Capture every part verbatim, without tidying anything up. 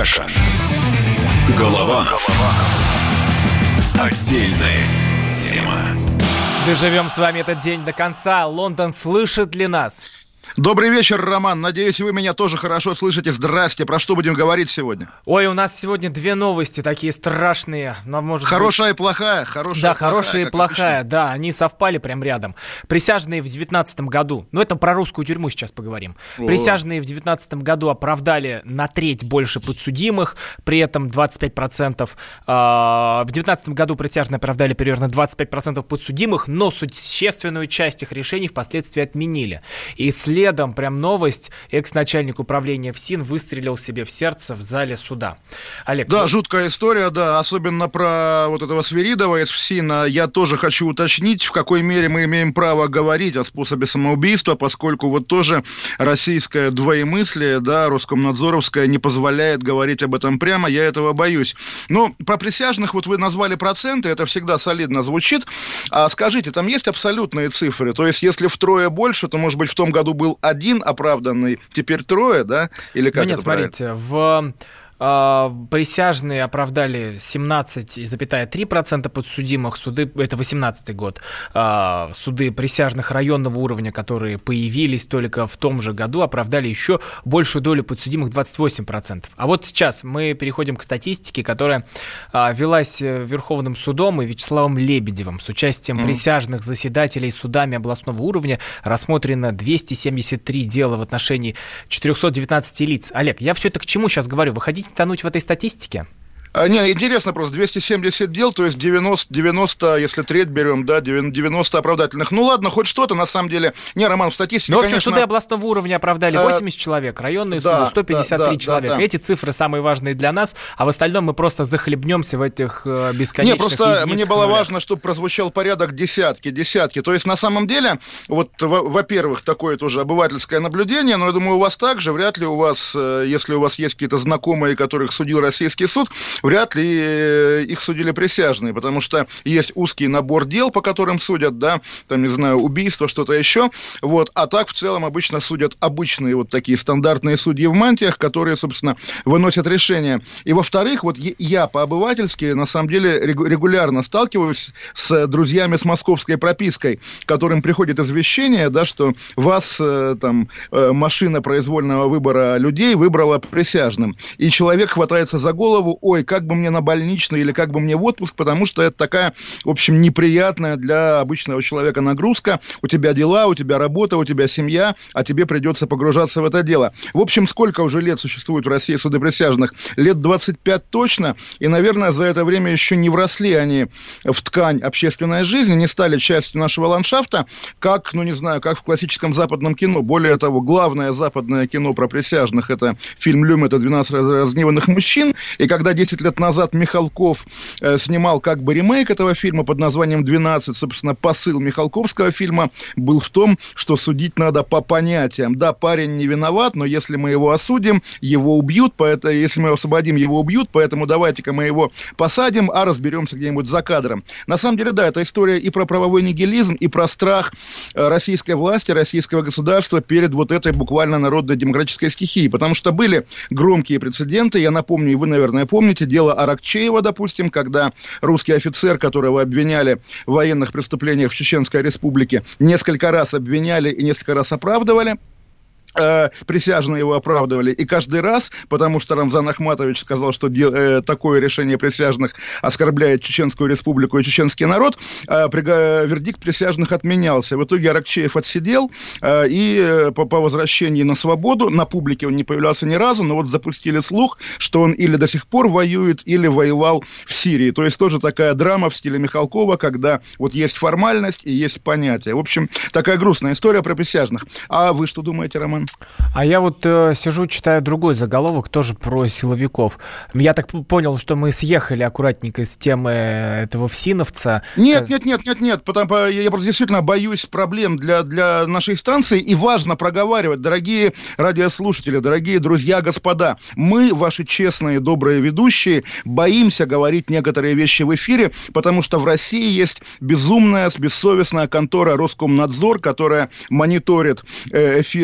Кашин. Голованов. Отдельная тема. Доживем с вами этот день до конца. Лондон слышит ли нас? Добрый вечер, Роман. Надеюсь, вы меня тоже хорошо слышите. Здрасте. Про что будем говорить сегодня? Ой, у нас сегодня две новости такие страшные. Но, может хорошая быть... и плохая. Хорошая да, и плохая, хорошая и плохая. Обычно. Да, они совпали прям рядом. Присяжные в девятнадцатом году, ну это про русскую тюрьму сейчас поговорим. О. Присяжные в девятнадцатом году оправдали на треть больше подсудимых, при этом двадцать пять процентов. Э, в девятнадцатом году присяжные оправдали примерно двадцать пять процентов подсудимых, но существенную часть их решений впоследствии отменили. И следом прям новость, экс-начальник управления ФСИН выстрелил себе в сердце в зале суда. Олег. Да, вы... жуткая история, да, особенно про вот этого Свиридова из ФСИНа. Я тоже хочу уточнить, в какой мере мы имеем право говорить о способе самоубийства, поскольку вот тоже российское двоемыслие, да, Роскомнадзоровское не позволяет говорить об этом прямо, я этого боюсь. Но про присяжных, вот вы назвали проценты, это всегда солидно звучит. А скажите, там есть абсолютные цифры? То есть, если втрое больше, то, может быть, в том году был один оправданный, теперь трое, да? Или как? Ну нет, это смотрите, в... Присяжные оправдали семнадцать целых три десятых процента подсудимых, суды, это восемнадцатый год, суды присяжных районного уровня, которые появились только в том же году, оправдали еще большую долю подсудимых, двадцать восемь процентов. А вот сейчас мы переходим к статистике, которая велась Верховным судом и Вячеславом Лебедевым. С участием mm. присяжных заседателей судами областного уровня рассмотрено двести семьдесят три дела в отношении четыреста девятнадцать лиц. Олег, я все это к чему сейчас говорю? Вы хотите тонуть в этой статистике? А, не, интересно просто, двести семьдесят дел, то есть девяносто, девяносто, если треть берем, да, девяносто оправдательных. Ну ладно, хоть что-то, на самом деле. Не, Роман, в статистике, Ну, в общем, конечно... суды областного уровня оправдали восемьдесят человек, районные да, суды сто пятьдесят три да, человека. Да, да. Эти цифры самые важные для нас, а в остальном мы просто захлебнемся в этих э, бесконечных Не, просто единицах мне было нуля. важно, чтобы прозвучал порядок десятки, десятки. То есть, на самом деле, вот, во-первых, такое тоже обывательское наблюдение, но я думаю, у вас также, вряд ли у вас, если у вас есть какие-то знакомые, которых судил российский суд, вряд ли их судили присяжные, потому что есть узкий набор дел, по которым судят, да, там, не знаю, убийство, что-то еще, вот, а так в целом обычно судят обычные вот такие стандартные судьи в мантиях, которые, собственно, выносят решения. И, во-вторых, вот я по-обывательски, на самом деле, регулярно сталкиваюсь с друзьями с московской пропиской, которым приходит извещение, да, что вас, там, машина произвольного выбора людей выбрала присяжным. И человек хватается за голову: ой, как бы мне на больничный или как бы мне в отпуск, потому что это такая, в общем, неприятная для обычного человека нагрузка. У тебя дела, у тебя работа, у тебя семья, а тебе придется погружаться в это дело. В общем, сколько уже лет существует в России суды присяжных? Лет двадцать пять точно, и, наверное, за это время еще не вросли они в ткань общественной жизни, не стали частью нашего ландшафта, как, ну не знаю, как в классическом западном кино. Более того, главное западное кино про присяжных — это фильм «Люм», это «двенадцать разгневанных мужчин», и когда десять лет назад Михалков э, снимал как бы ремейк этого фильма под названием «двенадцать», собственно, посыл Михалковского фильма был в том, что судить надо по понятиям. Да, парень не виноват, но если мы его осудим, его убьют, поэтому, если мы его освободим, его убьют, поэтому давайте-ка мы его посадим, а разберемся где-нибудь за кадром. На самом деле, да, это история и про правовой нигилизм, и про страх российской власти, российского государства перед вот этой буквально народной демократической стихией, потому что были громкие прецеденты, я напомню, и вы, наверное, помните, дело Аракчеева, допустим, когда русский офицер, которого обвиняли в военных преступлениях в Чеченской Республике, несколько раз обвиняли и несколько раз оправдывали. Присяжные его оправдывали, и каждый раз, потому что Рамзан Ахматович сказал, что де, э, такое решение присяжных оскорбляет Чеченскую Республику и чеченский народ, э, при, э, вердикт присяжных отменялся. В итоге Аракчеев отсидел, э, и э, по, по возвращении на свободу, на публике он не появлялся ни разу, но вот запустили слух, что он или до сих пор воюет, или воевал в Сирии. То есть тоже такая драма в стиле Михалкова, когда вот есть формальность и есть понятие. В общем, такая грустная история про присяжных. А вы что думаете, Роман? А я вот э, сижу, читаю другой заголовок, тоже про силовиков. Я так понял, что мы съехали аккуратненько с темы этого ФСИНовца. Нет, нет, нет, нет, нет, потому я, я просто действительно боюсь проблем для, для нашей станции, и важно проговаривать, дорогие радиослушатели, дорогие друзья, господа, мы, ваши честные, добрые ведущие, боимся говорить некоторые вещи в эфире, потому что в России есть безумная, бессовестная контора Роскомнадзор, которая мониторит э, эфиры радиостанции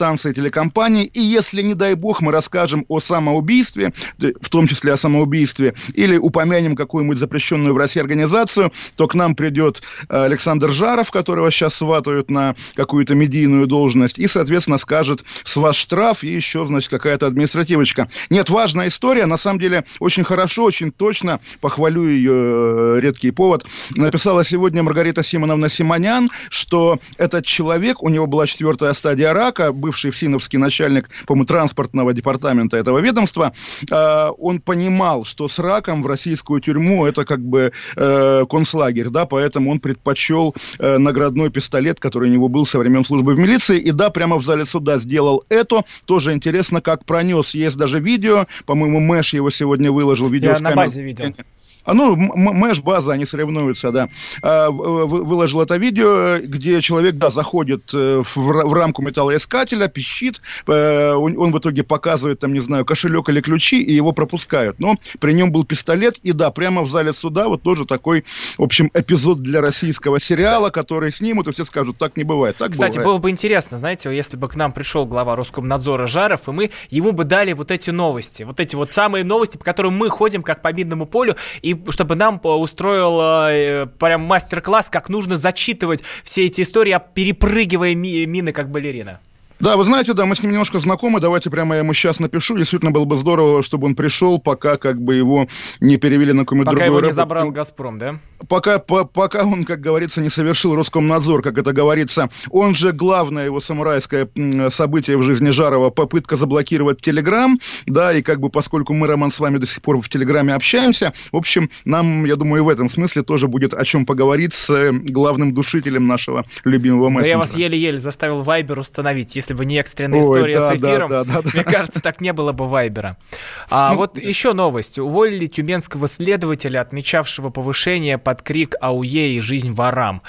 радиостанции, телекомпании, и если, не дай бог, мы расскажем о самоубийстве, в том числе о самоубийстве, или упомянем какую-нибудь запрещенную в России организацию, то к нам придет Александр Жаров, которого сейчас сватают на какую-то медийную должность, и, соответственно, скажет: с вас штраф и еще, значит, какая-то административочка. Нет, важная история, на самом деле, очень хорошо, очень точно, похвалю ее, редкий повод, написала сегодня Маргарита Симоновна Симонян, что этот человек, у него была четвертая стадия рака, бывший ФСИНовский начальник, по-моему, транспортного департамента этого ведомства, э, он понимал, что с раком в российскую тюрьму это как бы э, концлагерь, да, поэтому он предпочел э, наградной пистолет, который у него был со времен службы в милиции, и да, прямо в зале суда сделал это. Тоже интересно, как пронес. Есть даже видео, по-моему, Мэш его сегодня выложил. Видео Я с на камер... базе видел. А, ну, Мэш-база, они соревнуются, да. А, выложил это видео, где человек, да, заходит в, в рамку металлоискателя, пищит, он, он в итоге показывает, там, не знаю, кошелек или ключи, и его пропускают. Но при нем был пистолет, и да, прямо в зале суда вот тоже такой, в общем, эпизод для российского сериала, который снимут, и все скажут: так не бывает. Так Кстати, бывает. Было бы интересно, знаете, если бы к нам пришел глава Роскомнадзора Жаров, и мы ему бы дали вот эти новости, вот эти вот самые новости, по которым мы ходим как по минному полю, и чтобы нам устроил э, прям мастер-класс, как нужно зачитывать все эти истории, перепрыгивая ми- мины как балерина. Да, вы знаете, да, мы с ним немножко знакомы, давайте прямо я ему сейчас напишу, действительно было бы здорово, чтобы он пришел, пока как бы его не перевели на какую-нибудь пока другую его не работу. забрал «Газпром», да? Пока, по, пока он, как говорится, не совершил Роскомнадзор, как это говорится. Он же главное его самурайское событие в жизни Жарова, попытка заблокировать Телеграм, да, и как бы поскольку мы, Роман, с вами до сих пор в Телеграме общаемся, в общем, нам, я думаю, и в этом смысле тоже будет о чем поговорить с главным душителем нашего любимого мессенджера. Да, я вас еле-еле заставил Вайбер установить, если бы не экстренная история Ой, да, с эфиром, да, да, да, мне да. кажется, так не было бы Вайбера. А ну, вот еще новость. Уволили тюменского следователя, отмечавшего повышение под крик «Ауе» и «Жизнь ворам».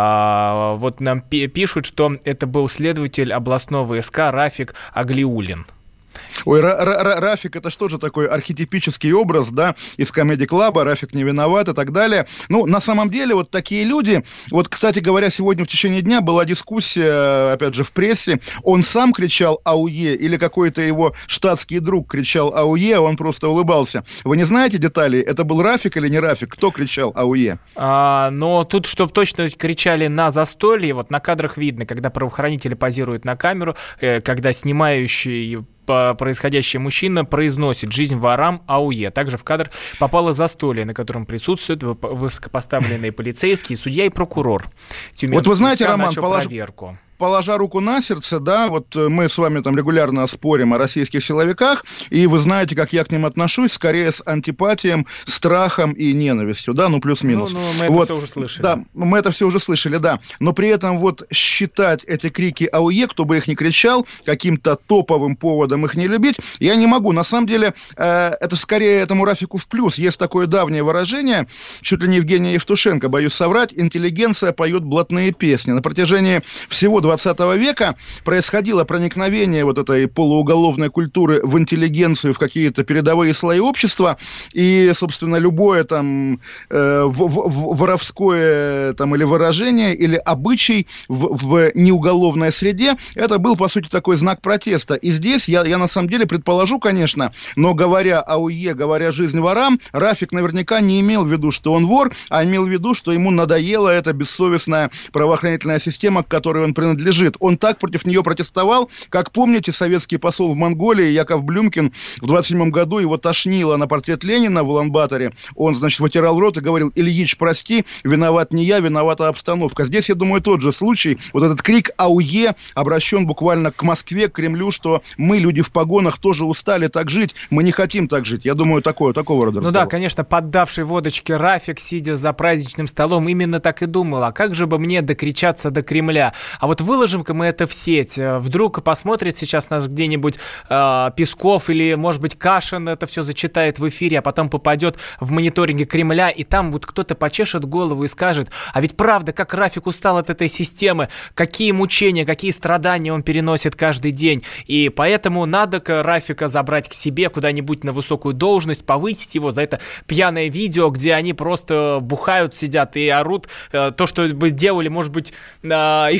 А, вот нам пи- пишут, что это был следователь областного СК Рафик Аглиулин. Ой, Рафик, это что же такой архетипический образ, да, из комедий-клаба, Рафик не виноват и так далее. Ну, на самом деле, вот такие люди, вот, кстати говоря, сегодня в течение дня была дискуссия, опять же, в прессе, он сам кричал «Ауе» или какой-то его штатский друг кричал «Ауе», а он просто улыбался. Вы не знаете деталей? Это был Рафик или не Рафик? Кто кричал «Ауе»? А, но тут, чтобы точно кричали на застолье, вот на кадрах видно, когда правоохранители позируют на камеру, э, когда снимающий происходящее мужчина произносит «Жизнь ворам, ауе». Также в кадр попало застолье, на котором присутствуют высокопоставленные полицейские, судья и прокурор. Тюменский вот вы знаете, Роман, полож... проверку. Положа руку на сердце, да, вот мы с вами там регулярно спорим о российских силовиках, и вы знаете, как я к ним отношусь, скорее с антипатией, страхом и ненавистью, да, ну плюс-минус. Ну, ну мы это вот, все уже слышали. Да, мы это все уже слышали, да. Но при этом вот считать эти крики «Ауе», кто бы их ни кричал, каким-то топовым поводом их не любить, я не могу. На самом деле, э, это скорее этому Рафику в плюс. Есть такое давнее выражение, чуть ли не Евгения Евтушенко, боюсь соврать, интеллигенция поет блатные песни. На протяжении всего двадцатого века происходило проникновение вот этой полууголовной культуры в интеллигенцию, в какие-то передовые слои общества, и, собственно, любое там э, в, в, воровское там, или выражение, или обычай в, в неуголовной среде, это был, по сути, такой знак протеста. И здесь я, я на самом деле предположу, конечно, но говоря «Ауе», говоря «Жизнь ворам», Рафик наверняка не имел в виду, что он вор, а имел в виду, что ему надоела эта бессовестная правоохранительная система, к которой он принадлежит. Лежит. Он так против нее протестовал, как, помните, советский посол в Монголии Яков Блюмкин в двадцать седьмом году его тошнило на портрет Ленина в Улан-Баторе. Он, значит, вытирал рот и говорил: «Ильич, прости, виноват не я, виновата обстановка». Здесь, я думаю, тот же случай. Вот этот крик «Ауе» обращен буквально к Москве, к Кремлю, что мы, люди в погонах, тоже устали так жить, мы не хотим так жить. Я думаю, такое, такого рода разговор. Ну да, конечно, поддавший водочке Рафик, сидя за праздничным столом, именно так и думал: а как же бы мне докричаться до Кремля? А вот выложим-ка мы это в сеть. Вдруг посмотрит сейчас нас где-нибудь э, Песков или, может быть, Кашин это все зачитает в эфире, а потом попадет в мониторинге Кремля, и там вот кто-то почешет голову и скажет: а ведь правда, как Рафик устал от этой системы, какие мучения, какие страдания он переносит каждый день. И поэтому надо-ка Рафика забрать к себе куда-нибудь на высокую должность, повысить его за это пьяное видео, где они просто бухают, сидят и орут. Э, то, что бы делали, может быть, э, еще, еще, может,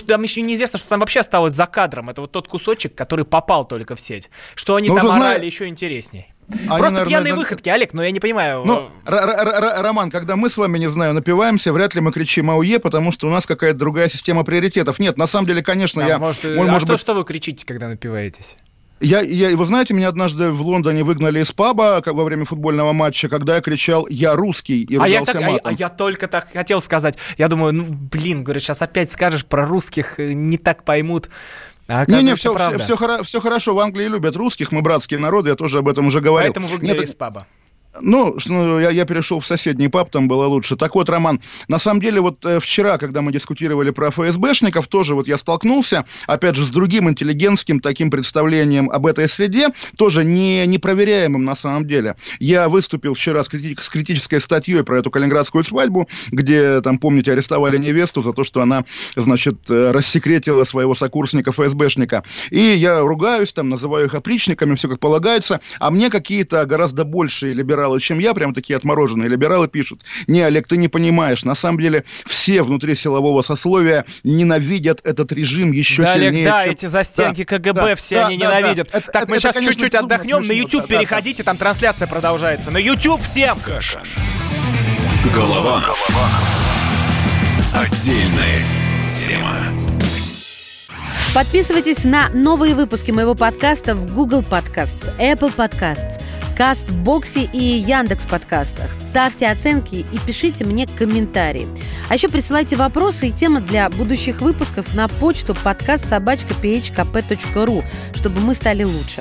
там еще неизвестно, что там вообще осталось за кадром. Это вот тот кусочек, который попал только в сеть. Что они ну, там орали, знаешь... еще интересней. Они, Просто наверное, пьяные это... выходки, Олег, но я не понимаю. Ну, Роман, когда мы с вами, не знаю, напиваемся, вряд ли мы кричим АУЕ, потому что у нас какая-то другая система приоритетов. Нет, на самом деле, конечно, да, я... Может, может, а может что, быть... что вы кричите, когда напиваетесь? Я, я, вы знаете, меня однажды в Лондоне выгнали из паба как во время футбольного матча, когда я кричал «Я русский» и а ругался я так, матом. А, а я только так хотел сказать. Я думаю, ну, блин, говорю, сейчас опять скажешь про русских, не так поймут. А Не-не, все, все, все, все, все хорошо, в Англии любят русских, мы братские народы, я тоже об этом уже говорил. Поэтому выгнали из паба. Ну, я, я перешел в соседний паб, там было лучше. Так вот, Роман, на самом деле, вот э, вчера, когда мы дискутировали про ФСБшников, тоже вот я столкнулся, опять же, с другим интеллигентским таким представлением об этой среде, тоже не, непроверяемым на самом деле. Я выступил вчера с, крити- с критической статьей про эту калининградскую свадьбу, где, там, помните, арестовали невесту за то, что она, значит, рассекретила своего сокурсника ФСБшника. И я ругаюсь, там, называю их опричниками, все как полагается, а мне какие-то гораздо большие либералы, чем я, прям такие отмороженные либералы пишут: не, Олег, ты не понимаешь, на самом деле все внутри силового сословия ненавидят этот режим еще да, сильнее. Олег, да, чем... эти застенки да, КГБ да, все да, они да, ненавидят. Да, да. Так, это, мы это, сейчас конечно, чуть-чуть отдохнем, на YouTube да, переходите, да, там трансляция продолжается. На YouTube всем! Кашин. Голованов. Отдельная тема. Подписывайтесь на новые выпуски моего подкаста в Google Podcasts, Apple Podcasts, Кастбоксе и Яндекс.Подкастах. Ставьте оценки и пишите мне комментарии. А еще присылайте вопросы и темы для будущих выпусков на почту подкаст собака пи эйч кей пи точка ру, чтобы мы стали лучше.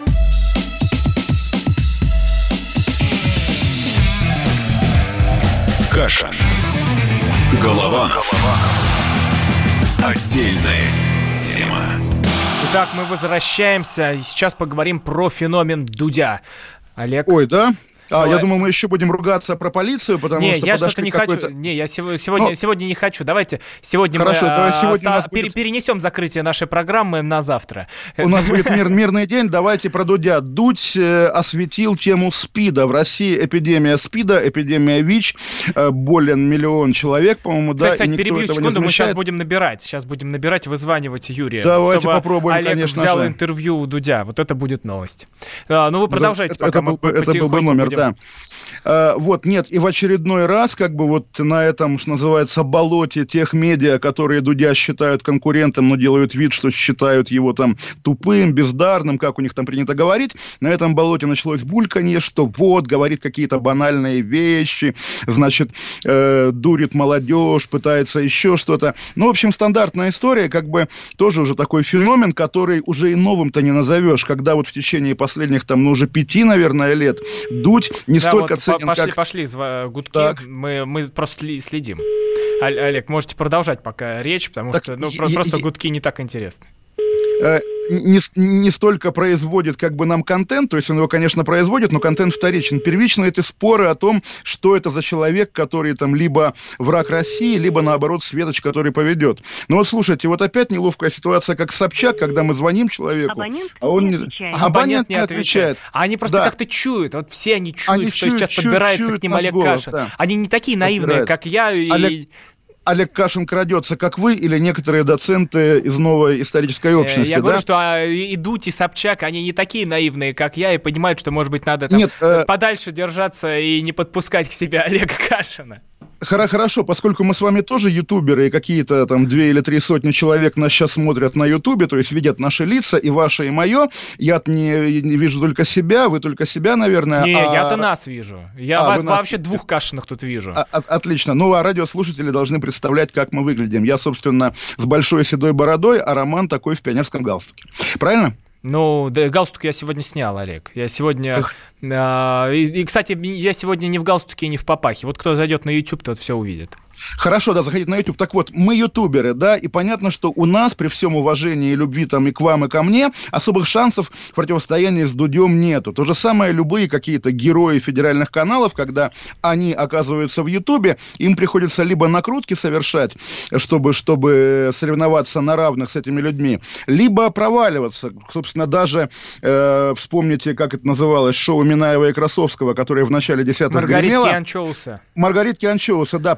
Кашин. Голованов. Отдельная тема. Итак, мы возвращаемся и сейчас поговорим про феномен Дудя. Олег. Ой, да? А, Давай. Я думал, мы еще будем ругаться про полицию, потому не, что я что-то не какой-то... хочу. Не, я сегодня, Но... сегодня не хочу. Давайте сегодня Хорошо, мы давай сегодня а, оста... будет... перенесем закрытие нашей программы на завтра. У нас будет мир, мирный день. Давайте про Дудя. Дудь э, осветил тему СПИДа. В России эпидемия СПИДа, эпидемия ВИЧ. Э, болен миллион человек, по-моему, кстати, да. Кстати, и никто перебью этого секунду, не мы сейчас будем набирать. Сейчас будем набирать, вызванивать Юрия. Давайте чтобы попробуем, Олег конечно взял же. интервью у Дудя. Вот это будет новость. А, ну, вы продолжайте, это, пока это мы был, Это был бы номер, будем... да. Uh, вот, нет, и в очередной раз, как бы вот на этом, что называется, болоте тех медиа, которые Дудя считают конкурентом, но делают вид, что считают его там тупым, бездарным, как у них там принято говорить, на этом болоте началось бульканье, что вот, говорит какие-то банальные вещи, значит, э, дурит молодежь, пытается еще что-то. Ну, в общем, стандартная история, как бы тоже уже такой феномен, который уже и новым-то не назовешь, когда вот в течение последних там, ну, уже пяти, наверное, лет Дудь не да, столько... Вот Пошли, как... пошли гудки, мы, мы просто следим. Олег, можете продолжать пока речь, потому так что ну, я, просто я, гудки не так интересны. Не, не столько производит как бы нам контент, то есть он его, конечно, производит, но контент вторичен. Первично это споры о том, что это за человек, который там либо враг России, либо, наоборот, светоч, который поведет. Но вот слушайте, вот опять неловкая ситуация, как Собчак, когда мы звоним человеку, абонент а он не отвечает. Абонент, абонент не отвечает. отвечает. А они просто да. как-то чуют, вот все они чуют, они что чуют, сейчас чуют, подбирается чуют к ним Олег голос, Кашин. Да. Они не такие наивные, подбирается. Как я и... Олег... Олег Кашин крадется, как вы, или некоторые доценты из новой исторической общности, Я да? говорю, что и Дудь, и Собчак, они не такие наивные, как я, и понимают, что, может быть, надо там, Нет, э... подальше держаться и не подпускать к себе Олега Кашина. Хорошо, поскольку мы с вами тоже ютуберы, и какие-то там две или три сотни человек нас сейчас смотрят на ютубе, то есть видят наши лица, и ваше, и мое, я не, не вижу только себя, вы только себя, наверное. Не, а... я-то нас вижу. Я а, вас вообще нас... двух Кашиных тут вижу. А, от, отлично. Ну, а радиослушатели должны представлять, как мы выглядим. Я, собственно, с большой седой бородой, а Роман такой в пионерском галстуке. Правильно? Ну, да, галстук я сегодня снял, Олег. Я сегодня... Э, и, и, кстати, я сегодня не в галстуке и не в папахе. Вот кто зайдет на YouTube, тот все увидит. Хорошо, да, заходите на YouTube. Так вот, мы ютуберы, да, и понятно, что у нас, при всем уважении и любви там и к вам, и ко мне, особых шансов в противостоянии с Дудем нету. То же самое любые какие-то герои федеральных каналов, когда они оказываются в Ютубе, им приходится либо накрутки совершать, чтобы, чтобы соревноваться на равных с этими людьми, либо проваливаться. Собственно, даже э, вспомните, как это называлось, шоу Минаева и Красовского, которое в начале десятых гремело. Маргаритки Анчоуса. Маргаритки Анчоуса, да, попытались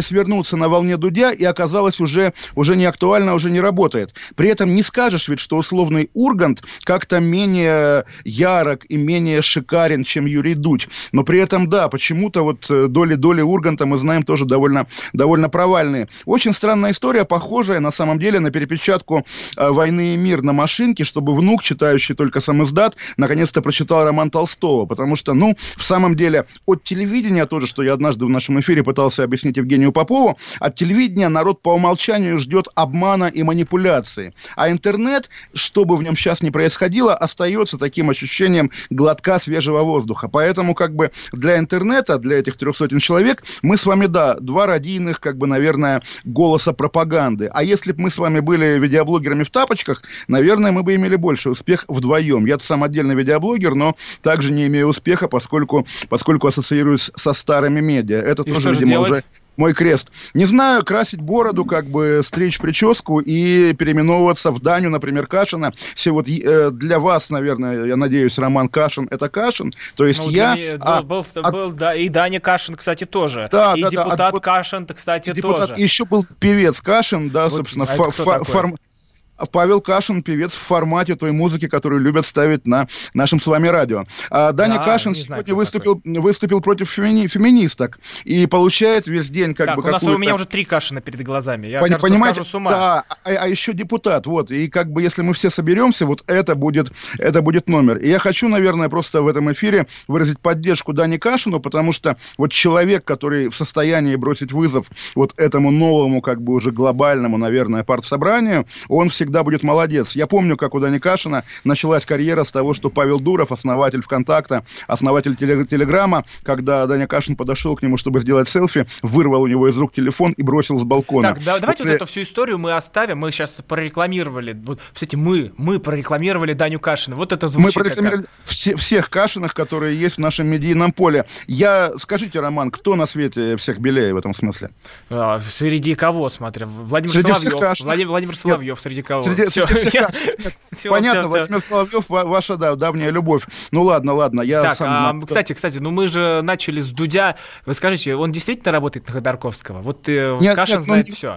попытались вернуться на волне Дудя, и оказалось уже, уже не актуально, уже не работает. При этом не скажешь ведь, что условный Ургант как-то менее ярок и менее шикарен, чем Юрий Дудь. Но при этом, да, почему-то вот доли-доли Урганта, мы знаем, тоже довольно, довольно провальные. Очень странная история, похожая на самом деле на перепечатку э, «Войны и мир» на машинке, чтобы внук, читающий только самиздат, наконец-то прочитал роман Толстого. Потому что, ну, в самом деле, от телевидения, тоже, что я однажды в нашем эфире пытался объяснить Евгению Попову, от телевидения народ по умолчанию ждет обмана и манипуляции. А интернет, что бы в нем сейчас ни происходило, остается таким ощущением глотка свежего воздуха. Поэтому, как бы, для интернета, для этих трех сотен человек, мы с вами, да, два радийных, как бы, наверное, голоса пропаганды. А если бы мы с вами были видеоблогерами в тапочках, наверное, мы бы имели больше успех вдвоем. Я-то сам отдельный видеоблогер, но также не имею успеха, поскольку, поскольку ассоциируюсь со старыми медиа. Это и тоже, видимо, делать? уже... мой крест. Не знаю, красить бороду, как бы стричь прическу и переименовываться в Даню, например, Кашина. Все вот э, для вас, наверное, я надеюсь, Роман Кашин — это Кашин. То есть ну, я... Меня, а, был, был, был, да, и Даня Кашин, кстати, тоже. Да, и да, депутат да, а, Кашин, кстати, и депутат, тоже. И еще был певец Кашин, да, вот, собственно, а фа- фа- форм... Павел Кашин, певец в формате той музыки, которую любят ставить на нашем с вами радио. А Даня да, Кашин сегодня знаю, выступил, выступил против фемини, феминисток и получает весь день как так, бы... у нас у меня уже три Кашина перед глазами, я, Пон, кажется, понимаете, скажу с ума. Да, а, а еще депутат, вот, и как бы если мы все соберемся, вот это будет, это будет номер. И я хочу, наверное, просто в этом эфире выразить поддержку Дане Кашину, потому что вот человек, который в состоянии бросить вызов вот этому новому, как бы уже глобальному, наверное, партсобранию, он всегда всегда будет молодец. Я помню, как у Дани Кашина началась карьера с того, что Павел Дуров, основатель ВКонтакта, основатель Телеграма, когда Даня Кашин подошел к нему, чтобы сделать селфи, вырвал у него из рук телефон и бросил с балкона. Так, да, давайте вот, вот эту всю историю мы оставим. Мы сейчас прорекламировали, вот, кстати, мы, мы прорекламировали Даню Кашина. Вот это звучит. Мы прорекламировали все, всех Кашиных, которые есть в нашем медийном поле. Я, скажите, Роман, кто на свете всех белее в этом смысле? А, среди кого, смотря? Владимир среди Соловьев. Владимир, Владимир Соловьев, Нет. среди кого? Среди, все. Среди всех, все, Понятно, все, Владимир все. Соловьев, ваша, да, давняя любовь. Ну ладно, ладно, я так, сам... А, кстати, кстати, ну мы же начали с Дудя. Вы скажите, он действительно работает на Ходорковского? Вот э, нет, Кашин нет, знает ну, все.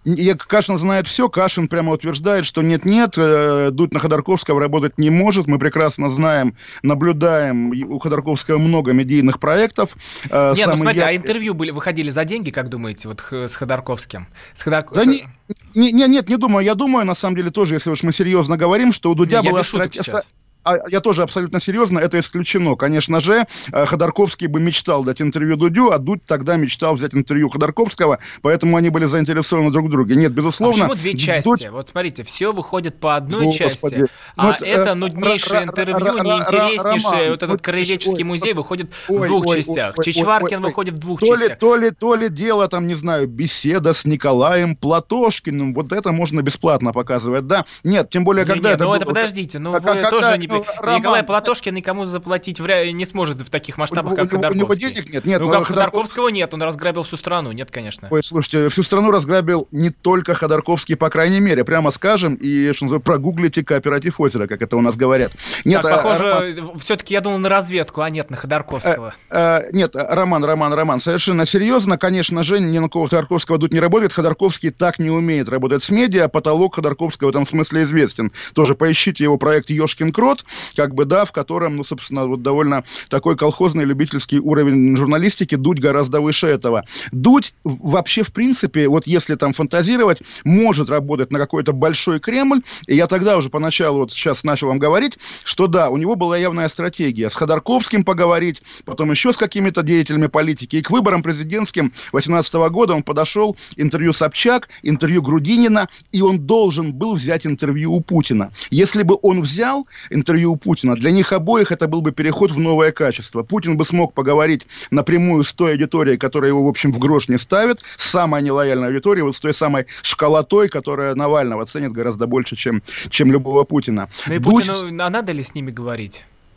Кашин знает все, Кашин прямо утверждает, что нет-нет, Дудь на Ходорковского работать не может. Мы прекрасно знаем, наблюдаем, у Ходорковского много медийных проектов. Нет, ну смотрите, я... а интервью были, выходили за деньги, как думаете, вот с Ходорковским? С Ходор... Да не, не, не, нет, не думаю. Я думаю, на самом деле, тоже, если уж мы серьезно говорим, что у Дудя не, была стратегия... А я тоже абсолютно серьезно, это исключено. Конечно же, Ходорковский бы мечтал дать интервью Дудю, а Дудь тогда мечтал взять интервью Ходорковского, поэтому они были заинтересованы друг в друге. Нет, безусловно... А почему две части? Дудь... Вот смотрите, все выходит по одной О, части, Господи. а вот, это э, нуднейшее интервью, неинтереснейшее, вот этот Краеведческий музей выходит ой, в двух ой, частях, ой, Чичваркин ой, ой, выходит в двух то частях. Ли, то, ли, то ли дело, там, не знаю, беседа с Николаем Платошкиным, вот это можно бесплатно показывать, да? Нет, тем более, когда нет, это... Ну было... это подождите, ну вы тоже не... Николай Платошкин никому заплатить вряд не сможет в таких масштабах, как Ходорковский. У него денег нет. нет ну, как Ходорковского нет, он разграбил всю страну. Нет, конечно. Ой, слушайте, всю страну разграбил не только Ходорковский, по крайней мере. Прямо скажем, и, что называется, прогуглите кооператив «Озеро», как это у нас говорят. Нет, так, а, похоже, Роман... все-таки я думал на разведку, а нет, на Ходорковского. А, а, нет, Роман, Роман, Роман, совершенно серьезно. Конечно же, ни на кого Ходорковского Дудь не работает. Ходорковский так не умеет работать с медиа. Потолок Ходорковского в этом смысле известен. Тоже поищите его проект «Ёшкин крот», как бы, да, в котором, ну, собственно, вот довольно такой колхозный любительский уровень журналистики. Дудь гораздо выше этого. Дудь вообще, в принципе, вот если там фантазировать, может работать на какой-то большой Кремль. И я тогда уже поначалу, вот сейчас начал вам говорить, что да, у него была явная стратегия. С Ходорковским поговорить, потом еще с какими-то деятелями политики. И к выборам президентским две тысячи восемнадцатого года он подошел, интервью Собчак, интервью Грудинина, и он должен был взять интервью у Путина. Если бы он взял интервью у Путина, для них обоих это был бы переход в новое качество. Путин бы смог поговорить напрямую с той аудиторией, которая его, в общем, в грош не ставит, с самой нелояльной аудиторией, вот с той самой школотой, которая Навального ценит гораздо больше, чем, чем любого Путина. Ну и Дудь... Путину, а надо ли с ними говорить?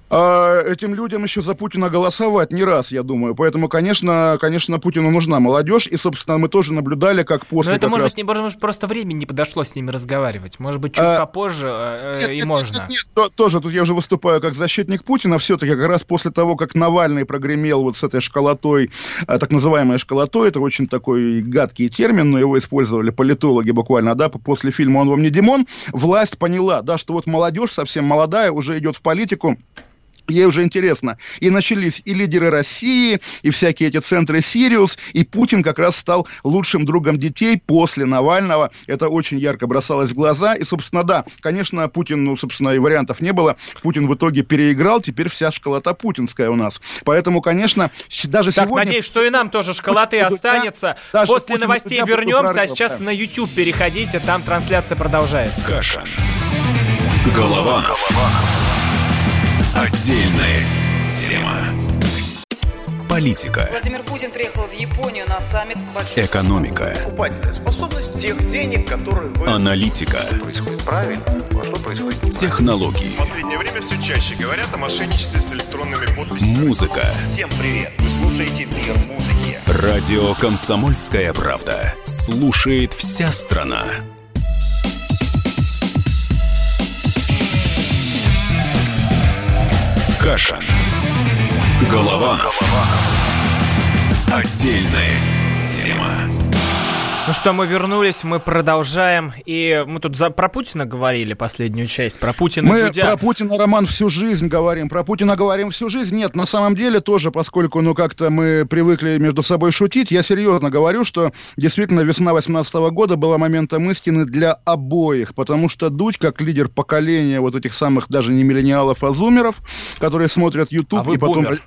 А этим людям еще за Путина голосовать не раз, я думаю. Поэтому, конечно, конечно, Путину нужна молодежь. И, собственно, мы тоже наблюдали, как после... Но это, может раз... быть, не, может, просто времени не подошло с ними разговаривать. Может быть, чуть а... попозже э, нет, и нет, можно. Нет, нет, нет, тоже тут я уже выступаю как защитник Путина. Все-таки как раз после того, как Навальный прогремел вот с этой школотой, так называемой школотой, это очень такой гадкий термин, но его использовали политологи буквально, да, после фильма «Он вам не Димон», власть поняла, да, что вот молодежь совсем молодая уже идет в политику, ей уже интересно. И начались и лидеры России, и всякие эти центры «Сириус», и Путин как раз стал лучшим другом детей после Навального. Это очень ярко бросалось в глаза. И, собственно, да, конечно, Путин, ну, собственно, и вариантов не было. Путин в итоге переиграл, теперь вся школота путинская у нас. Поэтому, конечно, даже так, сегодня... надеюсь, что и нам тоже школоты останется. Да, после новостей вернемся, а сейчас на YouTube переходите, там трансляция продолжается. Кашин. Голованов. Отдельная тема. Политика. Владимир Путин приехал в Японию на саммит большой... Экономика. Покупательная способность тех денег, которые вы... Аналитика. Что происходит правильно, а что происходит неправильно. Технологии. В последнее время все чаще говорят о мошенничестве с электронными подписями. Музыка. Всем привет! Вы слушаете «Мир музыки». Радио «Комсомольская правда». Слушает вся страна. Кашин. Голованов. Отдельная тема. Ну что, мы вернулись, мы продолжаем. И мы тут за, про Путина говорили последнюю часть, про Путина мы и Дудя. Про Путина, Роман, всю жизнь говорим. Про Путина говорим всю жизнь. Нет, на самом деле тоже, поскольку, ну, как-то мы привыкли между собой шутить, я серьезно говорю, что действительно весна восемнадцатого года была моментом истины для обоих. Потому что Дудь, как лидер поколения вот этих самых даже не миллениалов, а зумеров, которые смотрят YouTube а вы и потом... бумер.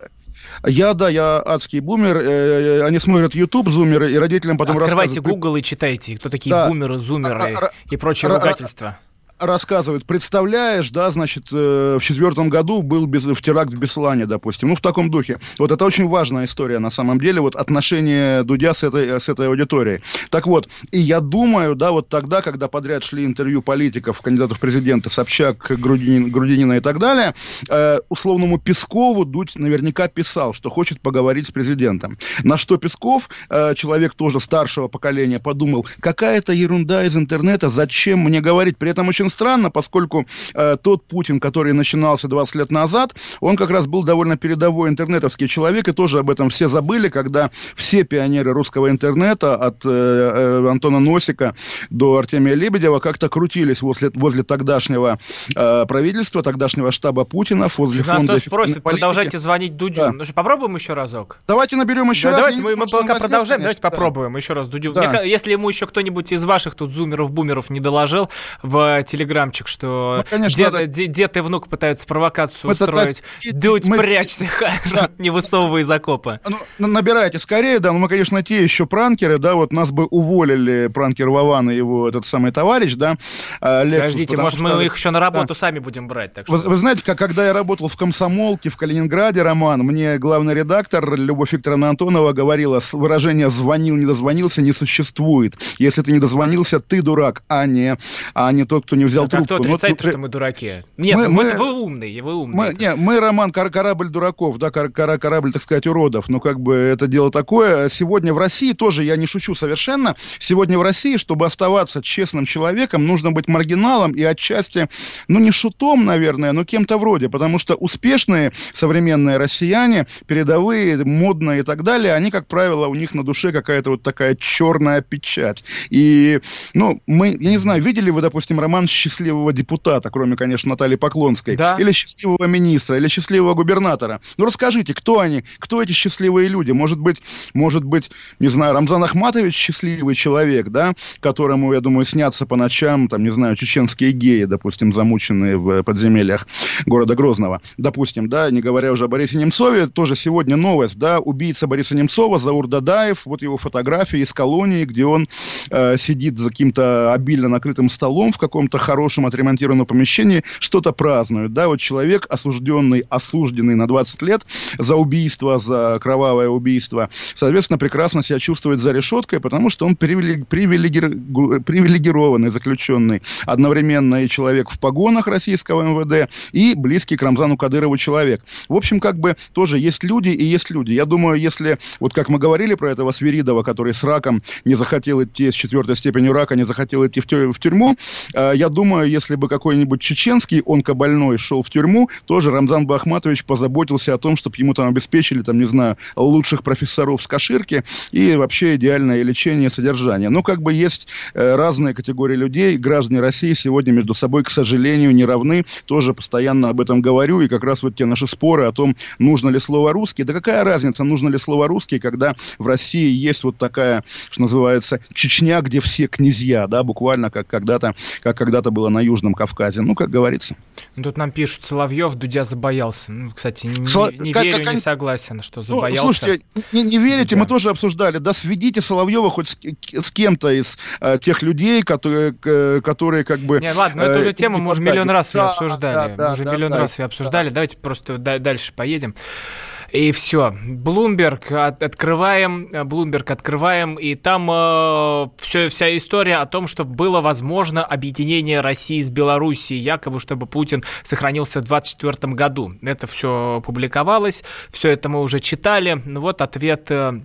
Я, да, я адский бумер. Э, они смотрят YouTube, зумеры, и родителям потом Открывайте рассказывают... Google и читайте, кто такие да. бумеры, зумеры а, а, и прочие а, ругательства. Рассказывают, представляешь, да, значит, э, в четвертом году был без, в теракт в Беслане, допустим, ну, в таком духе. Вот это очень важная история, на самом деле, вот отношение Дудя с этой, с этой аудиторией. Так вот, и я думаю, да, вот тогда, когда подряд шли интервью политиков, кандидатов в президенты, Собчак, Грудинин, Грудинина и так далее, э, условному Пескову Дудь наверняка писал, что хочет поговорить с президентом. На что Песков, э, человек тоже старшего поколения, подумал, какая-то ерунда из интернета, зачем мне говорить? При этом очень странно, поскольку э, тот Путин, который начинался двадцать лет назад, он как раз был довольно передовой интернетовский человек, и тоже об этом все забыли, когда все пионеры русского интернета, от э, э, Антона Носика до Артемия Лебедева, как-то крутились возле, возле тогдашнего э, правительства, тогдашнего штаба Путина, возле нас фонда... Нас просят, продолжайте звонить Дудю. Да. Ну что, попробуем еще разок? Давайте наберем еще да, раз. Давайте, мы, мы пока возьмет, продолжаем, конечно, давайте да. попробуем еще раз Дудю. Да. Мне, если ему еще кто-нибудь из ваших тут зумеров-бумеров не доложил в телеграмчик, что ну, конечно, дед, надо... дед, дед и внук пытаются провокацию Это устроить. так... Дудь, мы... прячься, да. Не высовывай из окопа. Ну, набирайте скорее, да, но мы, конечно, те еще пранкеры, да, вот нас бы уволили, пранкер Вован и его этот самый товарищ, да. Лексус, Подождите, может, что... мы их еще на работу да. сами будем брать, так что... Вы, вы знаете, как, когда я работал в «Комсомолке» в Калининграде, Роман, мне главный редактор Любовь Викторовна Антонова говорила, выражение «звонил, не дозвонился» не существует. Если ты не дозвонился, ты дурак, а не, а не тот, кто не взял так, трубку. А кто отрицает, Но, что мы дураки? Нет, мы, вы, мы, вы умные, вы умные. Мы, не, мы, Роман, кор- корабль дураков, да, кор- кор- корабль, так сказать, уродов. Ну, как бы это дело такое. Сегодня в России тоже, я не шучу совершенно, сегодня в России, чтобы оставаться честным человеком, нужно быть маргиналом и отчасти, ну, не шутом, наверное, но кем-то вроде. Потому что успешные современные россияне, передовые, модные и так далее, они, как правило, у них на душе какая-то вот такая черная печать. И, ну, мы, я не знаю, видели вы, допустим, роман «Счастливого депутата», кроме, конечно, Натальи Поклонской, да. Или счастливого министра, или счастливого губернатора. Ну, расскажите, кто они, кто эти счастливые люди? Может быть, может быть, не знаю, Рамзан Ахматович счастливый человек, да, которому, я думаю, снятся по ночам, там, не знаю, чеченские геи, допустим, замученные в подземельях города Грозного, допустим, да, не говоря уже о Борисе Немцове, тоже сегодня новость, да, убийца Бориса Немцова, Заур Дадаев, вот его фотографии из колонии, где он э, сидит за каким-то обильно накрытым столом в каком-то хорошем отремонтированном помещении что-то празднуют. Да, вот человек, осужденный, осужденный на двадцать лет за убийство, за кровавое убийство, соответственно, прекрасно себя чувствует за решеткой, потому что он привилеги- привилеги- привилегированный заключенный, одновременно и человек в погонах российского эм вэ дэ, и близкий к Рамзану Кадырову человек. В общем, как бы тоже есть люди и есть люди. Я думаю, если, вот как мы говорили про этого Свиридова, который с раком не захотел идти, с четвертой степенью рака не захотел идти в, тю- в тюрьму, э, я думаю, если бы какой-нибудь чеченский онкобольной шел в тюрьму, тоже Рамзан бы Ахматович позаботился о том, чтобы ему там обеспечили, там, не знаю, лучших профессоров с Каширки и вообще идеальное лечение, содержание. Но как бы есть э, разные категории людей, граждане России сегодня между собой, к сожалению, не равны. Тоже постоянно об этом говорю, и как раз вот те наши споры о том, нужно ли слово «русский». Да какая разница, нужно ли слово «русский», когда в России есть вот такая, что называется, Чечня, где все князья, да, буквально как когда-то, как когда-то было на Южном Кавказе. Ну, как говорится. Тут нам пишут, Соловьев Дудя забоялся. Ну, кстати, не, Сло... не как, верю, как... не согласен, что ну, забоялся. Слушайте, не, не верите, Дудя. Мы тоже обсуждали, да, сведите Соловьева хоть с, с кем-то из э, тех людей, которые, э, которые как бы... Не, ладно, э, эту же тему мы уже миллион раз да, ее обсуждали. Да, да, мы уже да, миллион да, раз ее обсуждали. да. Давайте просто да, дальше поедем. И все. Bloomberg от, открываем, Bloomberg открываем, и там э, все, вся история о том, что было возможно объединение России с Белоруссией, якобы, чтобы Путин сохранился в двадцать четвёртом году. Это все публиковалось, все это мы уже читали. Вот ответ... Э,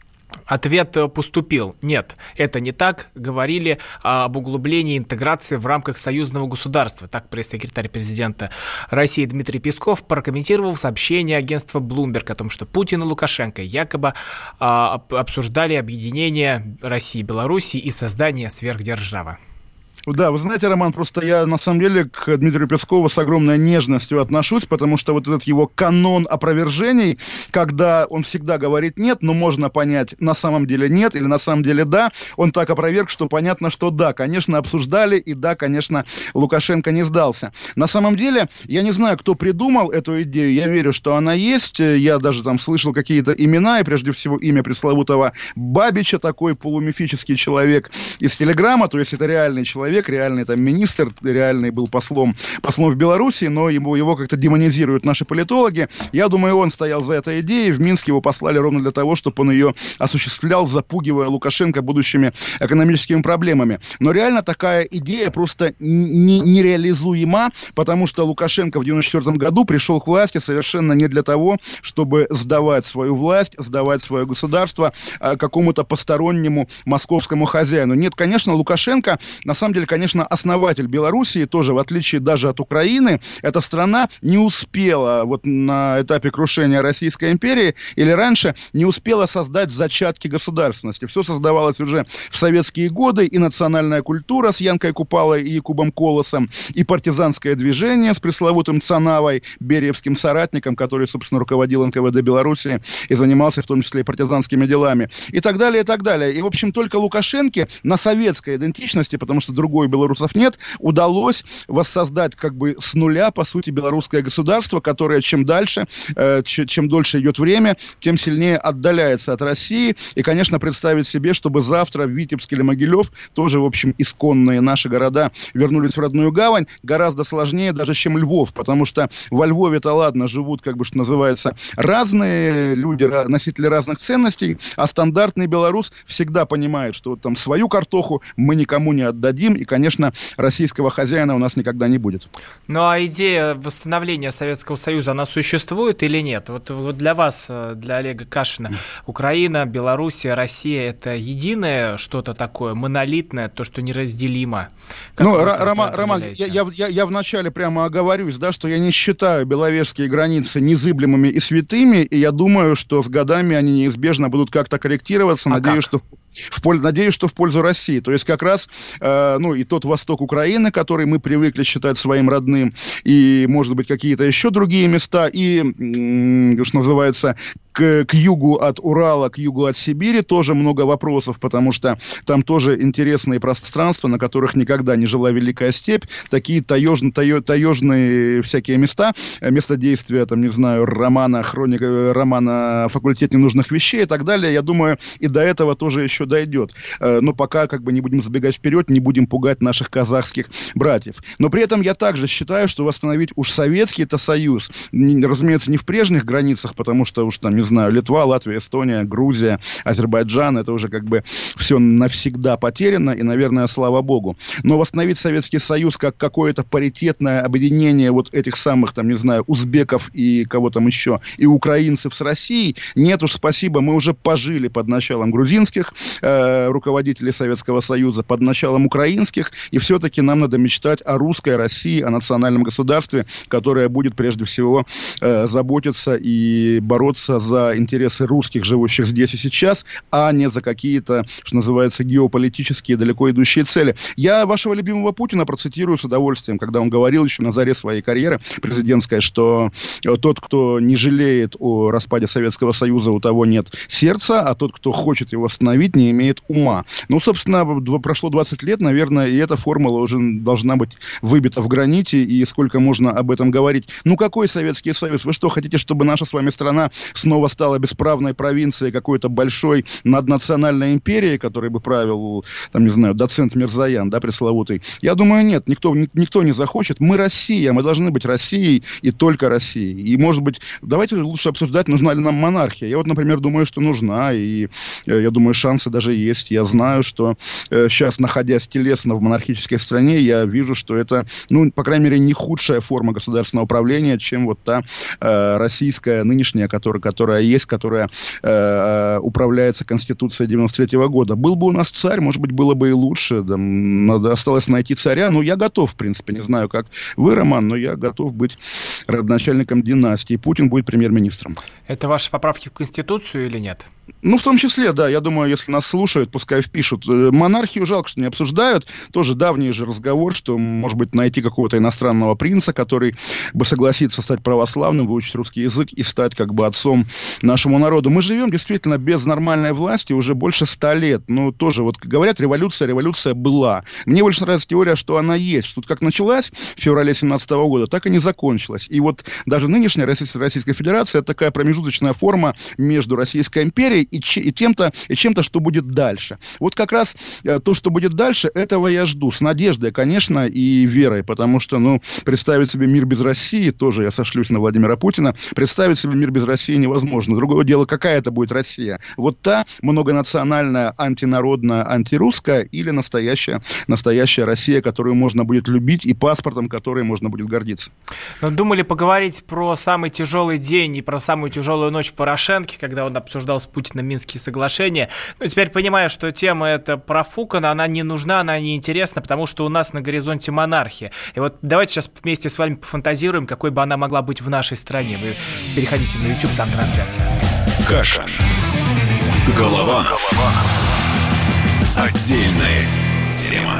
Ответ поступил. Нет, это не так. Говорили об углублении интеграции в рамках союзного государства. Так пресс-секретарь президента России Дмитрий Песков прокомментировал сообщение агентства Bloomberg о том, что Путин и Лукашенко якобы а, обсуждали объединение России и Белоруссии и создание сверхдержавы. Да, вы знаете, Роман, просто я на самом деле к Дмитрию Пескову с огромной нежностью отношусь, потому что вот этот его канон опровержений, когда он всегда говорит нет, но можно понять, на самом деле нет или на самом деле да, он так опроверг, что понятно, что да, конечно, обсуждали, и да, конечно, Лукашенко не сдался. На самом деле, я не знаю, кто придумал эту идею, я верю, что она есть, я даже там слышал какие-то имена, и прежде всего имя пресловутого Бабича, такой полумифический человек из Телеграма, то есть это реальный человек, реальный там министр, реальный был послом, послом в Беларуси, но его, его как-то демонизируют наши политологи. Я думаю, он стоял за этой идеей. В Минск его послали ровно для того, чтобы он ее осуществлял, запугивая Лукашенко будущими экономическими проблемами. Но реально такая идея просто не, нереализуема, потому что Лукашенко в девяносто четвёртом году пришел к власти совершенно не для того, чтобы сдавать свою власть, сдавать свое государство а, какому-то постороннему московскому хозяину. Нет, конечно, Лукашенко, на самом деле, конечно, основатель Белоруссии, тоже в отличие даже от Украины, эта страна не успела вот на этапе крушения Российской империи или раньше не успела создать зачатки государственности. Все создавалось уже в советские годы, и национальная культура с Янкой Купалой и Якубом Колосом, и партизанское движение с пресловутым Цанавой, бериевским соратником, который, собственно, руководил эн ка вэ дэ Беларуси и занимался в том числе и партизанскими делами, и так далее, и так далее. И, в общем, только Лукашенко на советской идентичности, потому что другой у белорусов нет, удалось воссоздать как бы с нуля, по сути, белорусское государство, которое чем дальше, э, чем дольше идет время, тем сильнее отдаляется от России. И, конечно, представить себе, чтобы завтра Витебск или Могилев, тоже, в общем, исконные наши города, вернулись в родную гавань, гораздо сложнее даже, чем Львов, потому что во Львове-то, ладно, живут, как бы, что называется, разные люди, носители разных ценностей, а стандартный белорус всегда понимает, что вот там свою картоху мы никому не отдадим, и, конечно, российского хозяина у нас никогда не будет. Ну, а идея восстановления Советского Союза, она существует или нет? Вот, вот для вас, для Олега Кашина, Украина, Белоруссия, Россия – это единое что-то такое, монолитное, то, что неразделимо? Как ну, Р- Рома, Роман, я, я, я, я вначале прямо оговорюсь, да, что я не считаю беловежские границы незыблемыми и святыми, и я думаю, что с годами они неизбежно будут как-то корректироваться. А Надеюсь, как? что... В пользу, надеюсь, что в пользу России. То есть как раз, э, ну, и тот восток Украины, который мы привыкли считать своим родным, и, может быть, какие-то еще другие места, и, м- что называется, к, к югу от Урала, к югу от Сибири тоже много вопросов, потому что там тоже интересные пространства, на которых никогда не жила Великая Степь, такие таежные, таё, таежные всякие места, место действия, там, не знаю, романа, хроника, романа «Факультет ненужных вещей» и так далее. Я думаю, и до этого тоже еще дойдет. Но пока как бы не будем забегать вперед, не будем пугать наших казахских братьев. Но при этом я также считаю, что восстановить уж Советский-то Союз, не, разумеется, не в прежних границах, потому что уж там, не знаю, Литва, Латвия, Эстония, Грузия, Азербайджан, это уже как бы все навсегда потеряно, и, наверное, слава богу. Но восстановить Советский Союз как какое-то паритетное объединение вот этих самых, там, не знаю, узбеков и кого там еще, и украинцев с Россией, нет уж, спасибо, мы уже пожили под началом грузинских э, руководителей Советского Союза, под началом украинских, и все-таки нам надо мечтать о русской России, о национальном государстве, которое будет прежде всего э, заботиться и бороться за интересы русских, живущих здесь и сейчас, а не за какие-то, что называется, геополитические далеко идущие цели. Я вашего любимого Путина процитирую с удовольствием, когда он говорил еще на заре своей карьеры президентской, что тот, кто не жалеет о распаде Советского Союза, у того нет сердца, а тот, кто хочет его восстановить, не имеет ума. Ну, собственно, прошло двадцать лет, наверное, и эта формула уже должна быть выбита в граните, и сколько можно об этом говорить. Ну, какой Советский Союз? Вы что, хотите, чтобы наша с вами страна снова стала бесправной провинцией какой-то большой наднациональной империи, которой бы правил, там, не знаю, доцент Мирзоян, да, пресловутый? Я думаю, нет, никто, никто не захочет. Мы Россия, мы должны быть Россией и только Россией. И, может быть, давайте лучше обсуждать, нужна ли нам монархия. Я вот, например, думаю, что нужна, и э, я думаю, шансы даже есть. Я знаю, что э, сейчас, находясь телесно в монархической стране, я вижу, что это, ну, по крайней мере, не худшая форма государственного управления, чем вот та э, российская нынешняя, которая, которая есть, которая э, управляется Конституцией девяносто третьего года. Был бы у нас царь, может быть, было бы и лучше. Да, надо, осталось найти царя. Ну, я готов, в принципе, не знаю, как вы, Роман, но я готов быть родоначальником династии. Путин будет премьер-министром. Это ваши поправки в Конституцию или нет? Ну, в том числе, да. Я думаю, если нас слушают, пускай впишут. Монархию жалко, что не обсуждают. Тоже давний же разговор, что, может быть, найти какого-то иностранного принца, который бы согласится стать православным, выучить русский язык и стать как бы отцом нашему народу. Мы живем действительно без нормальной власти уже больше ста лет. Ну, тоже, вот говорят, революция, революция была. Мне больше нравится теория, что она есть. Что тут как началась в феврале семнадцатого года, так и не закончилась. И вот даже нынешняя Российская Федерация — это такая промежуточная форма между Российской империей и, ч- и, тем-то, и чем-то, что будет дальше. Вот как раз э, то, что будет дальше, этого я жду. С надеждой, конечно, и верой. Потому что, ну, представить себе мир без России, тоже я сошлюсь на Владимира Путина, представить себе мир без России невозможно. Другое дело, какая это будет Россия. Вот та многонациональная, антинародная, антирусская или настоящая, настоящая Россия, которую можно будет любить, и паспортом которой можно будет гордиться. Но думали поговорить про самый тяжелый день и про самую тяжелую ночь Порошенки, когда он обсуждал с Путиным Минские соглашения. Но теперь понимаю, что тема эта профукана, она не нужна, она не интересна, потому что у нас на горизонте монархия. И вот давайте сейчас вместе с вами пофантазируем, какой бы она могла быть в нашей стране. Вы переходите на YouTube, там трансляция. Кашин. Голованов. Отдельная тема.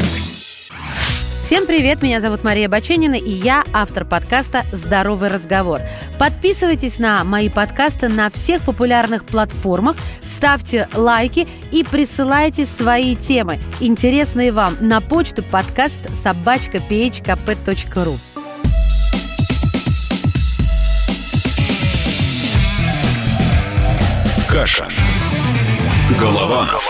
Всем привет, меня зовут Мария Баченина, и я автор подкаста «Здоровый разговор». Подписывайтесь на мои подкасты на всех популярных платформах, ставьте лайки и присылайте свои темы, интересные вам, на почту подкаст собачка пи эйч ка пэ точка ру. Кашин. Голованов.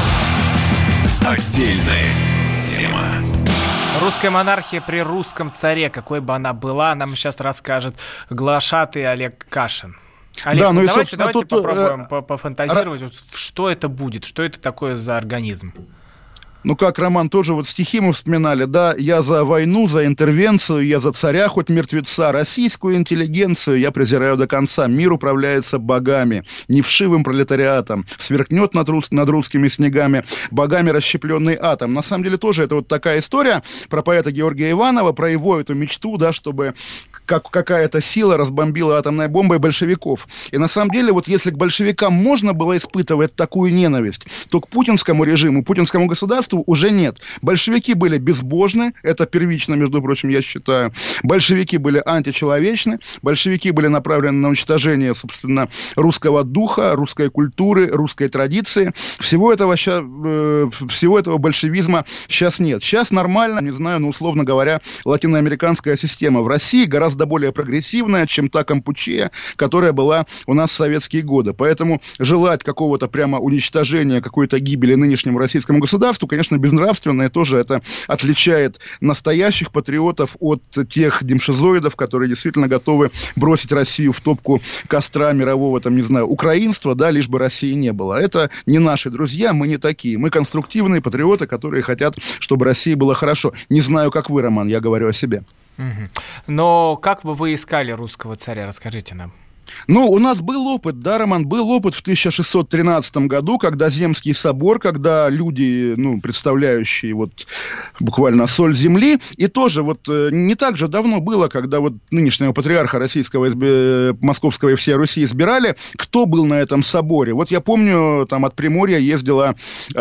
Отдельная тема. Русская монархия при русском царе, какой бы она была, нам сейчас расскажет глашатый Олег Кашин. Олег, да, ну, ну и, давайте, давайте тут, попробуем э, пофантазировать, р... что это будет, что это такое за организм. Ну, как, Роман, тоже вот стихи мы вспоминали, да, я за войну, за интервенцию, я за царя, хоть мертвеца, российскую интеллигенцию я презираю до конца, мир управляется богами, не вшивым пролетариатом, сверкнет над, рус... над русскими снегами богами расщепленный атом. На самом деле тоже это вот такая история про поэта Георгия Иванова, про его эту мечту, да, чтобы как какая-то сила разбомбила атомной бомбой большевиков. И на самом деле, вот если к большевикам можно было испытывать такую ненависть, то к путинскому режиму, путинскому государству государству уже нет. Большевики были безбожны, это первично, между прочим, я считаю. Большевики были античеловечны, большевики были направлены на уничтожение, собственно, русского духа, русской культуры, русской традиции. Всего этого, ща, э, всего этого большевизма сейчас нет. Сейчас нормально, не знаю, ну, условно говоря, латиноамериканская система в России гораздо более прогрессивная, чем та Кампучия, которая была у нас в советские годы. Поэтому желать какого-то прямо уничтожения, какой-то гибели нынешнему российскому государству, конечно, безнравственно, и тоже это отличает настоящих патриотов от тех демшизоидов, которые действительно готовы бросить Россию в топку костра мирового, там, не знаю, украинства, да, лишь бы России не было. Это не наши друзья, мы не такие. Мы конструктивные патриоты, которые хотят, чтобы России было хорошо. Не знаю, как вы, Роман, я говорю о себе. Угу. Но как бы вы искали русского царя, расскажите нам. Ну, у нас был опыт, да, Роман, был опыт в тысяча шестьсот тринадцатом году, когда Земский собор, когда люди, ну, представляющие вот буквально соль земли, и тоже вот не так же давно было, когда вот нынешнего патриарха российского, изби... московского и всей Руси избирали, кто был на этом соборе. Вот я помню, там от Приморья ездила,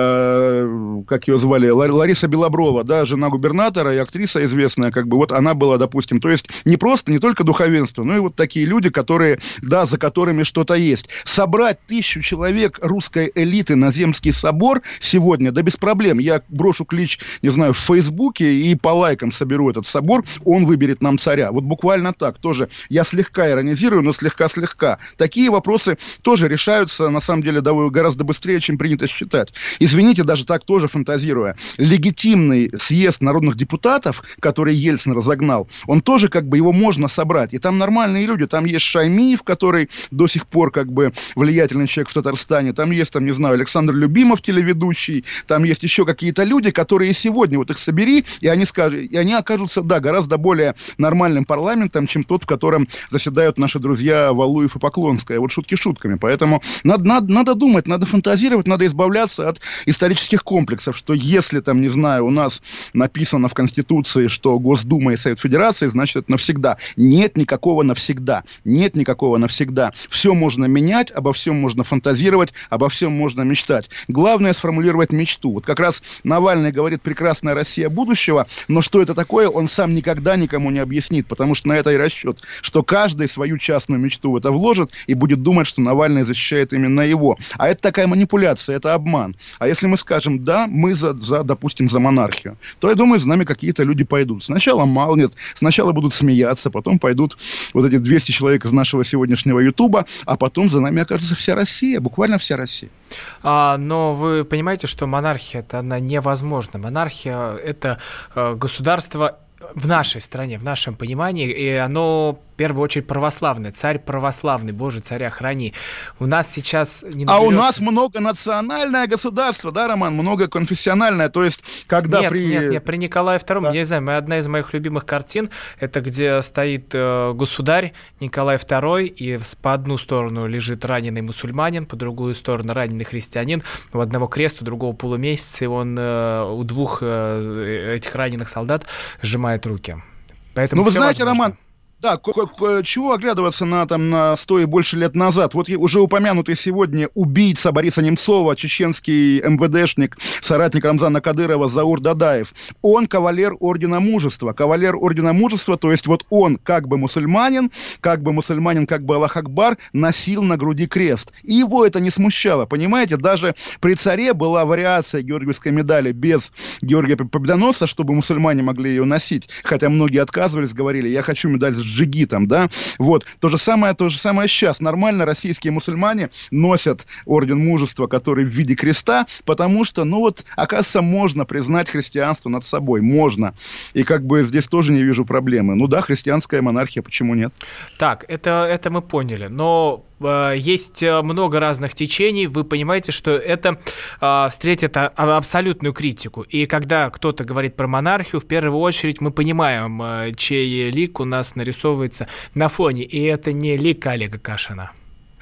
э, как ее звали, Лариса Белоброва, да, жена губернатора и актриса известная, как бы вот она была, допустим, то есть не просто, не только духовенство, но и вот такие люди, которые... да, за которыми что-то есть. Собрать тысячу человек русской элиты на Земский собор сегодня, да без проблем. Я брошу клич, не знаю, в Фейсбуке и по лайкам соберу этот собор, он выберет нам царя. Вот буквально так тоже. Я слегка иронизирую, но слегка-слегка. Такие вопросы тоже решаются, на самом деле, гораздо быстрее, чем принято считать. Извините, даже так тоже фантазируя. Легитимный съезд народных депутатов, который Ельцин разогнал, он тоже как бы его можно собрать. И там нормальные люди. Там есть Шаймиев, который до сих пор как бы влиятельный человек в Татарстане. Там есть, там, не знаю, Александр Любимов, телеведущий. Там есть еще какие-то люди, которые сегодня вот их собери, и они скажут, и они окажутся, да, гораздо более нормальным парламентом, чем тот, в котором заседают наши друзья Валуев и Поклонская. Вот шутки шутками. Поэтому надо, надо, надо думать, надо фантазировать, надо избавляться от исторических комплексов, что если там, не знаю, у нас написано в Конституции, что Госдума и Совет Федерации, значит, это навсегда. Нет никакого навсегда. Нет никакого навсегда. Все можно менять, обо всем можно фантазировать, обо всем можно мечтать. Главное сформулировать мечту. Вот как раз Навальный говорит «прекрасная Россия будущего», но что это такое, он сам никогда никому не объяснит, потому что на это и расчет, что каждый свою частную мечту в это вложит и будет думать, что Навальный защищает именно его. А это такая манипуляция, это обман. А если мы скажем «да, мы за, за допустим, за монархию», то, я думаю, за нами какие-то люди пойдут. Сначала мало нет, сначала будут смеяться, потом пойдут вот эти двести человек из нашего сегодняшнего Ютуба, а потом за нами окажется вся Россия, буквально вся Россия. А, но вы понимаете, что монархия это она невозможна. Монархия это э, государство в нашей стране, в нашем понимании, и оно в первую очередь православное. Царь православный, Боже, царя храни. У нас сейчас не наберется... А у нас многонациональное государство, да, Роман? Многоконфессиональное, то есть, когда нет, при... Нет, нет, при Николае Втором, да. я не знаю, одна из моих любимых картин, это где стоит э, государь Николай Второй, и по одну сторону лежит раненый мусульманин, по другую сторону раненый христианин, у одного крест, у другого полумесяц, и он э, у двух э, этих раненых солдат сжимает руки. Поэтому ну, вы знаете, возможно. Роман, да, чего оглядываться на, там, на сто и больше лет назад? Вот уже упомянутый сегодня убийца Бориса Немцова, чеченский эм вэ дэшник, соратник Рамзана Кадырова Заур Дадаев. Он кавалер Ордена Мужества. Кавалер Ордена Мужества, то есть вот он как бы мусульманин, как бы мусульманин, как бы Аллах Акбар, носил на груди крест. И его это не смущало, понимаете? Даже при царе была вариация георгиевской медали без Георгия Победоносца, чтобы мусульмане могли ее носить. Хотя многие отказывались, говорили, я хочу медаль с джигитом, да, вот, то же самое, то же самое сейчас. Нормально российские мусульмане носят Орден Мужества, который в виде креста, потому что, ну вот, оказывается, можно признать христианство над собой, можно. И как бы здесь тоже не вижу проблемы. Ну да, христианская монархия, почему нет? Так, это, это мы поняли, но э, есть много разных течений, вы понимаете, что это э, встретит абсолютную критику, и когда кто-то говорит про монархию, в первую очередь мы понимаем, э, чей лик у нас нарисовывается на фоне, и это не лик Олега Кашина.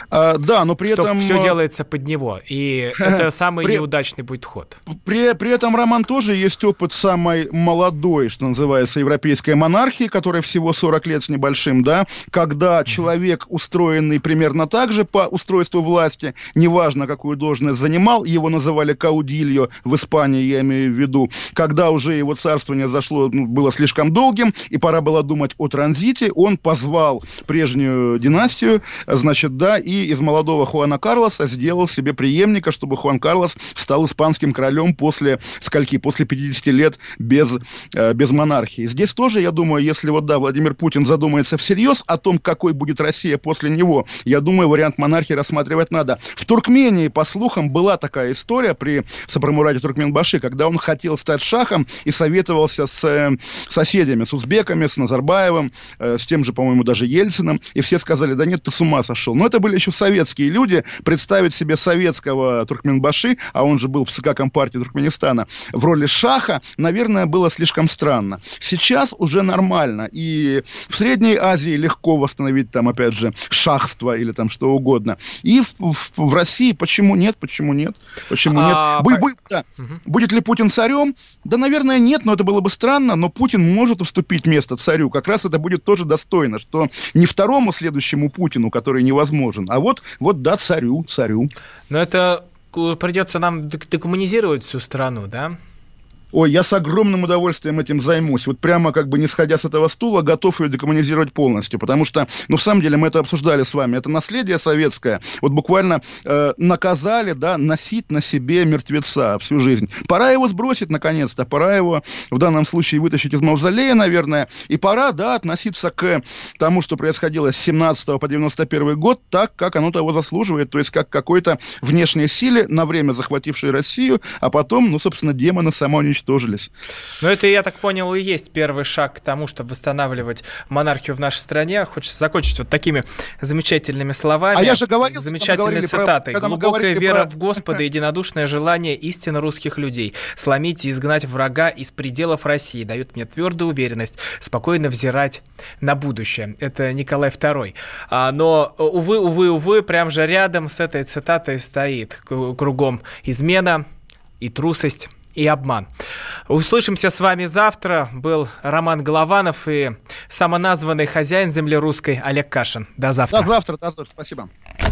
А, да, но при что этом... все делается под него, и это самый при... неудачный будет ход. При, при этом, Роман, тоже есть опыт самой молодой, что называется, европейской монархии, которой всего сорок лет с небольшим, да, когда mm-hmm. человек, устроенный примерно так же по устройству власти, неважно, какую должность занимал, его называли каудильо в Испании, я имею в виду, когда уже его царствование зашло, ну, было слишком долгим, и пора было думать о транзите, он позвал прежнюю династию, значит, да, и из молодого Хуана Карлоса сделал себе преемника, чтобы Хуан Карлос стал испанским королем после скольки? После пятидесяти лет без, э, без монархии. Здесь тоже, я думаю, если вот, да, Владимир Путин задумается всерьез о том, какой будет Россия после него, я думаю, вариант монархии рассматривать надо. В Туркмении, по слухам, была такая история при Сапармурате Туркменбаши, когда он хотел стать шахом и советовался с э, соседями, с узбеками, с Назарбаевым, э, с тем же, по-моему, даже Ельциным, и все сказали, да нет, ты с ума сошел. Но это были еще советские люди, представить себе советского Туркменбаши, а он же был в ЦК Компартии Туркменистана, в роли шаха, наверное, было слишком странно. Сейчас уже нормально, и в Средней Азии легко восстановить там, опять же, шахство или там что угодно. И в, в, в России почему нет, почему нет, почему нет? А, Бу- по... бу- да. угу. Будет ли Путин царем? Да, наверное, нет, но это было бы странно, но Путин может уступить место царю. Как раз это будет тоже достойно, что не второму следующему Путину, который невозможен, а вот, вот да, царю, царю. Но это придется нам декоммунизировать всю страну, да? Ой, я с огромным удовольствием этим займусь. Вот прямо как бы не сходя с этого стула, готов ее декоммунизировать полностью. Потому что, ну, в самом деле, мы это обсуждали с вами. Это наследие советское. Вот буквально э, наказали, да, носить на себе мертвеца всю жизнь. Пора его сбросить, наконец-то. Пора его, в данном случае, вытащить из мавзолея, наверное. И пора, да, относиться к тому, что происходило с семнадцатого по девяносто первый год, так, как оно того заслуживает. То есть, как какой-то внешней силе, на время захватившей Россию, а потом, ну, собственно, демоны самоуничтожились. Но это, я так понял, и есть первый шаг к тому, чтобы восстанавливать монархию в нашей стране. Хочется закончить вот такими замечательными словами. А я же говорил, замечательной цитатой. Про, Глубокая вера про... в Господа, единодушное желание истины русских людей сломить и изгнать врага из пределов России дают мне твердую уверенность спокойно взирать на будущее. Это Николай второй. А, но, увы, увы, увы, прям же рядом с этой цитатой стоит кругом измена и трусость, и обман. Услышимся с вами завтра. Был Роман Голованов и самоназванный хозяин земли русской Олег Кашин. До завтра. До завтра, до завтра. Спасибо.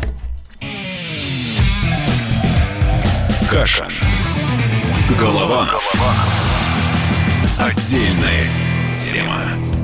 Кашин. Голованов. Отдельная тема.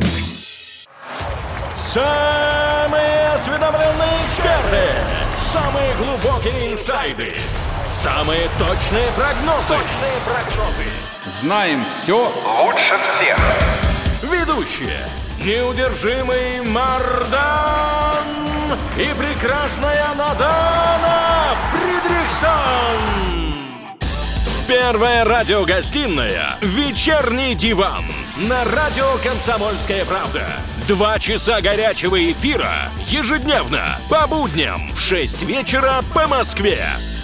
Самые осведомленные эксперты. Самые глубокие инсайды. Самые точные прогнозы. Точные прогнозы. Знаем все лучше всех. Ведущие. Неудержимый Мардан и прекрасная Надана Фридрихсон. Первая радиогостинная «Вечерний диван» на радио «Комсомольская правда». Два часа горячего эфира ежедневно по будням в шесть вечера по Москве.